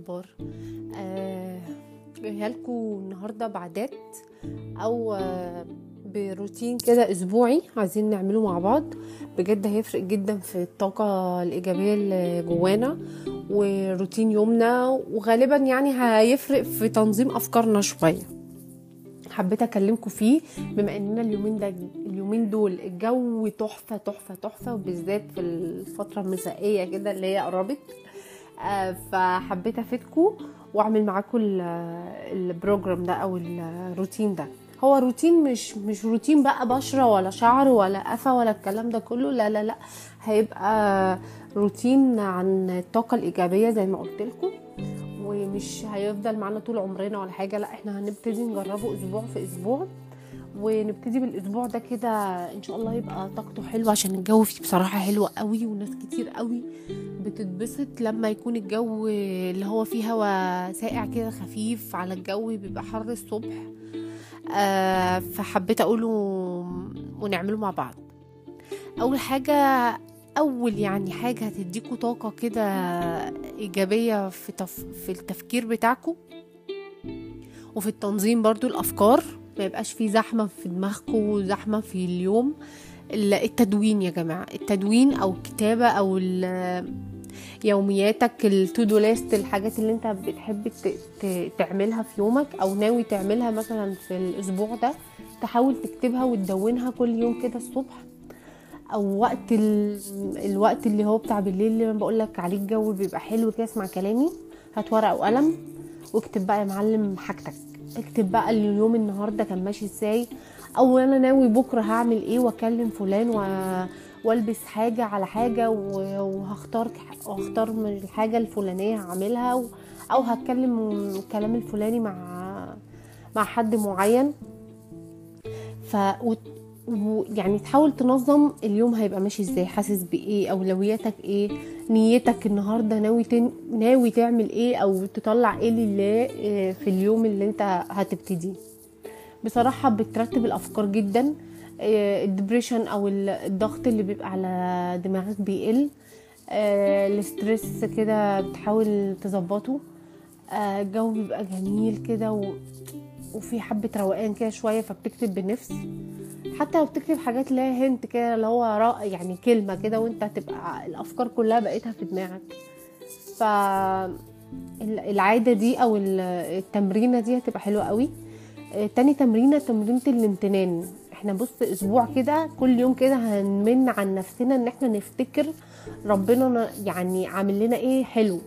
الاخبار؟ جايه لكم النهارده بعادات او بروتين كده اسبوعي عايزين نعمله مع بعض. بجد هيفرق جدا في الطاقه الايجابيه اللي جوانا وروتين يومنا، وغالبا يعني هيفرق في تنظيم افكارنا شويه. حبيت اكلمكم فيه بما اننا اليومين دول الجو تحفه تحفه تحفه، وبالذات في الفتره المسائيه كده اللي هي قربت. فحبيت افيدكم واعمل معاكم البروجرام ده او الروتين ده. هو روتين مش روتين بقى بشرة ولا شعر ولا قفا ولا الكلام ده كله، لا لا لا، هيبقى روتين عن الطاقة الإيجابية زي ما قلت لكم، ومش هيفضل معنا طول عمرنا ولا حاجة. لا، احنا هنبتدي نجربه اسبوع في اسبوع، ونبتدي بالاسبوع ده كده ان شاء الله يبقى طاقته حلوه، عشان الجو فيه بصراحه حلو قوي، وناس كتير قوي بتتبسط لما يكون الجو اللي هو فيه هوا ساقع كده خفيف على الجو، بيبقى حر الصبح. فحبيت اقوله ونعمله مع بعض. اول حاجه هتديكوا طاقه كده ايجابيه في التفكير بتاعكم، وفي التنظيم برضو الافكار، ما يبقاش فيه زحمه في دماغكم وزحمه في اليوم. التدوين يا جماعه، التدوين او الكتابه او يومياتك، التودو ليست، الحاجات اللي انت بتحب تعملها في يومك او ناوي تعملها مثلا في الاسبوع ده، تحاول تكتبها وتدونها كل يوم كده الصبح، او وقت الوقت اللي هو بتاع بالليل اللي انا بقول لك عليه الجو بيبقى حلو كده. اسمع كلامي، هات ورقه وقلم واكتب بقى يا معلم حاجتك. اكتب بقى اليوم النهارده كان ماشي ازاي، او انا ناوي بكره هعمل ايه، واكلم فلان والبس حاجه على حاجه، وهختار من الحاجه الفلانيه هعملها، او هتكلم الكلام الفلاني مع حد معين. يعني تحاول تنظم اليوم هيبقى ماشي ازاي، حاسس بايه، اولوياتك ايه، نيتك النهارده ناوي تعمل ايه، او تطلع ايه لله في اليوم اللي انت هتبتدي. بصراحه بترتب الافكار جدا. الدبريشن او الضغط اللي بيبقى على دماغك بيقل. الاسترس كده بتحاول تظبطه. الجو بيبقى جميل كده وفي حبه روقان كده شويه، فبتكتب بنفس. حتى لو بتكتب حاجات اللي هي هنت كده، اللي هو يعني كلمه كده، وانت هتبقى الافكار كلها بقيتها في دماغك. فالعاده دي او التمرينه دي هتبقى حلوه قوي. تاني تمرينه الامتنان. احنا بص اسبوع كده كل يوم كده هنمن عن نفسنا ان احنا نفتكر ربنا يعني عامل لنا ايه حلو.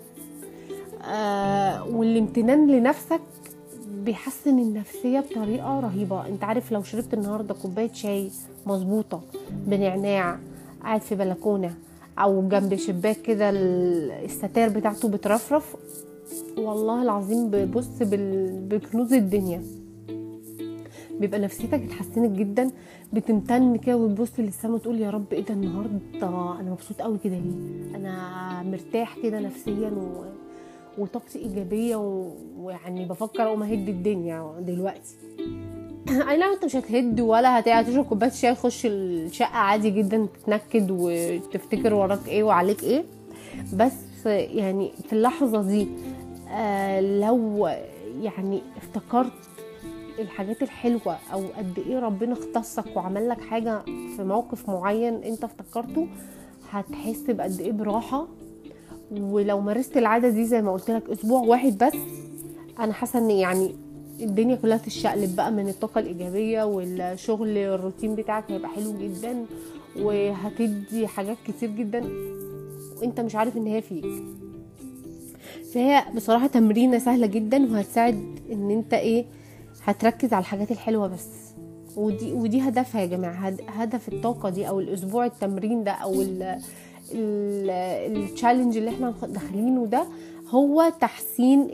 والامتنان لنفسك بيحسن النفسية بطريقة رهيبة. انت عارف لو شربت النهاردة كوباية شاي مظبوطة بنعناع، قاعد في بلكونة او جنب شباك كده الستار بتاعته بترفرف، والله العظيم ببص بكنوز الدنيا، بيبقى نفسيتك اتحسنت جدا. بتمتن كده وتبص للسما وتقول يا رب ايه ده النهارده، انا مبسوط قوي كده ليه، انا مرتاح كده نفسيا وطاقتي ايجابيه ويعني بفكر اقوم اهد الدنيا دلوقتي. اي نعم، انت مش هتهد ولا هتشرب كوبايه شاي، تخش الشقه عادي جدا تتنكد وتفتكر وراك ايه وعليك ايه، بس يعني في اللحظه دي لو يعني افتكرت الحاجات الحلوه، او قد ايه ربنا اختصك وعمل لك حاجه في موقف معين انت افتكرته، هتحس بقد ايه براحه. ولو مارست العاده دي زي ما قلت لك اسبوع واحد بس، انا حاسه ان يعني الدنيا كلها تشقلب بقى من الطاقه الايجابيه، والشغل الروتين بتاعك هيبقى حلو جدا، وهتدي حاجات كتير جدا وانت مش عارف ان هي فيك. فهي بصراحه تمرينه سهله جدا، وهتساعد ان انت هتركز على الحاجات الحلوه بس. ودي هدفها يا جماعه، هدف الطاقه دي او الاسبوع التمرين ده او التشالنج اللي احنا داخلينه ده، هو تحسين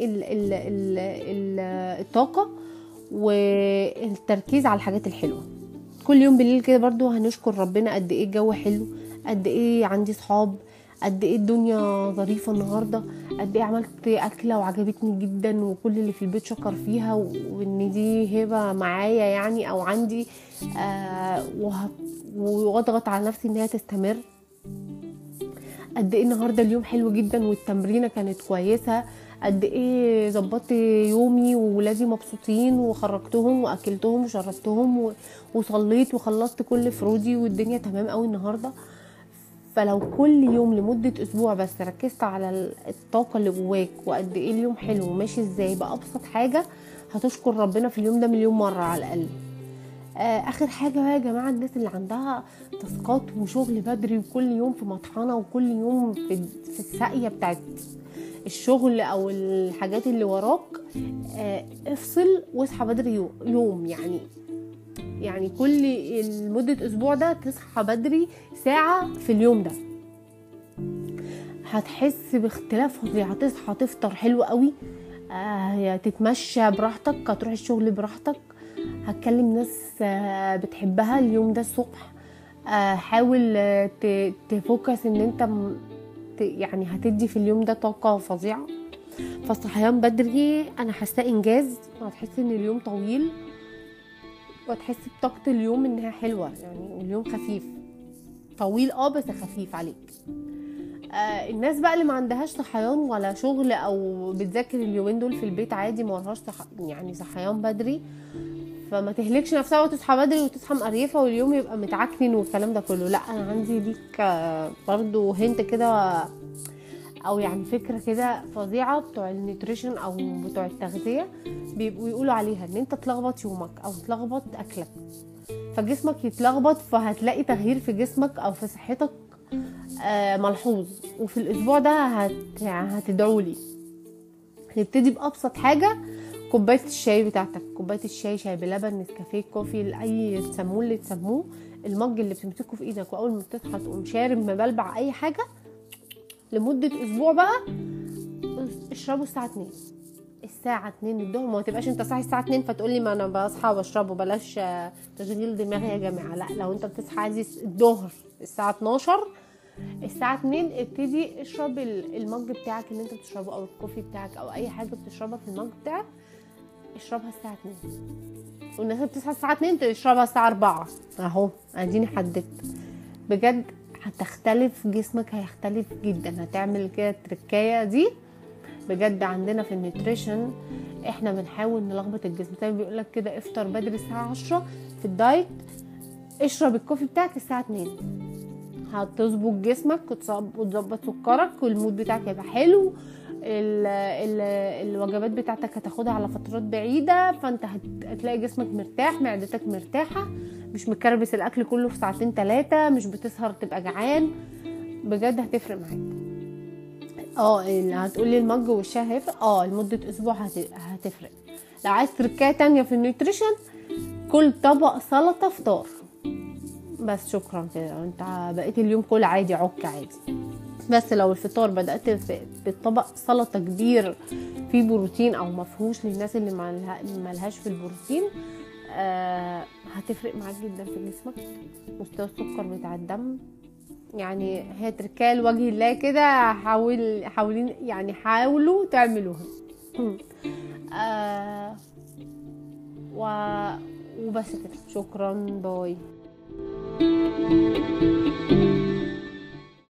الطاقه والتركيز على الحاجات الحلوه. كل يوم بالليل كده برضو هنشكر ربنا قد ايه الجو حلو، قد ايه عندي صحاب، قد ايه الدنيا ظريفه النهارده، قد ايه عملت اكله وعجبتني جدا وكل اللي في البيت شكر فيها، وان دي هبه معايا يعني او عندي، واضغط على نفسي ان هي تستمر. قد ايه النهارده اليوم حلو جدا والتمرينه كانت كويسه، قد ايه ظبطت يومي وولادي مبسوطين وخرجتهم واكلتهم وشربتهم وصليت وخلصت كل فروضي والدنيا تمام قوي النهارده. فلو كل يوم لمدة اسبوع بس ركزت على الطاقة اللي جواك وقد ايه اليوم حلو وماشي ازاي بأبسط حاجة، هتشكر ربنا في اليوم ده مليون مرة على الأقل. اخر حاجة بقى يا جماعة، الناس اللي عندها تاسكات وشغل بدري وكل يوم في مطحنة وكل يوم في الساقية بتاعت الشغل او الحاجات اللي وراك، افصل واصحى بدري يوم يعني كل مدة اسبوع ده تصحى بدري ساعة في اليوم ده، هتحس باختلاف فظيع. هتصحى تفطر حلو قوي، تتمشى براحتك، هتروح الشغل براحتك، هتكلم ناس بتحبها اليوم ده الصبح. حاول تفوكس ان انت يعني هتدي في اليوم ده طاقة فظيعة. فالصحيان بدري انا حاسه انجاز، وهتحس ان اليوم طويل وهتحس بطاقة اليوم انها حلوة يعني، واليوم خفيف طويل بس خفيف عليك. الناس بقى اللي ما عندهاش صحيان ولا شغل او بتذاكر اليومين دول في البيت عادي، ما وراهاش يعني صحيان بدري، فما تهلكش نفسها وتصحى بدري وتصحى مقريفه واليوم يبقى متعكنن والكلام ده كله. لا، انا عندي ليك برضو هنت كده، او يعني فكره كده فظيعه بتوع النيوتريشن او بتوع التغذيه بيبقوا يقولوا عليها ان انت تلخبط يومك او تلخبط اكلك فجسمك يتلخبط، فهتلاقي تغيير في جسمك او في صحتك ملحوظ. وفي الاسبوع ده هتدعولي. نبتدي بابسط حاجه، كوبايه الشاي بتاعتك، كوبايه الشاي، شاي بلبن، نسكافيه، كوفي، اي تسموه اللي تسموه، المج اللي بتمسكه في ايدك واول ما بتصحى تقوم شارب مبلبع اي حاجه لمده اسبوع بقى. اشربوا الساعه 2 الساعه 2 الظهر. ما تبقاش انت صاحي الساعه 2 فتقولي ما انا بصحى وبشربه، بلاش تشغيل دماغي يا جماعه. لا، لو انت بتصحى عادي الظهر الساعه 12 الساعه 2 ابتدي اشرب المج بتاعك اللي انت بتشربه او الكوفي بتاعك او اي حاجه بتشربها في المج بتاعك، اشربها الساعه 2. والناس اللي بتصحى الساعه 2 تشربها الساعه 4. اهو اديني حددت. بجد هتختلف، جسمك هيختلف جدا. هتعمل كده التركايه دي بجد. عندنا في النيوتريشن احنا بنحاول نلخبط الجسم، زي ما بيقولك كده افطر بدري الساعه 10 في الدايت، اشرب الكوفي بتاعك الساعه 2. هتظبط جسمك وتظبط سكرك والمود بتاعك هيبقى حلو. الوجبات بتاعتك هتاخدها على فترات بعيدة، فانت هتلاقي جسمك مرتاح، معدتك مرتاحة، مش مكربس الاكل كله في ساعتين 3، مش بتسهر تبقى جعان. بجد هتفرق معاك. هتقولي المج والشاي هيفرق، لمدة اسبوع هتفرق. لو عايز تركاية تانية في النيوتريشن، كل طبق سلطة فطار بس، شكرا كده. انت بقيت اليوم كل عادي، عك عادي. بس لو الفطار بدأت بالطبق سلطة كبير فيه بروتين او مفهوش للناس اللي ملهاش في البروتين، هتفرق معاك جدا في جسمك. مستوى السكر بتاع الدم يعني هي تركية لوجه الله كده، حاولوا تعملوها. وبس كده، شكرا، باي.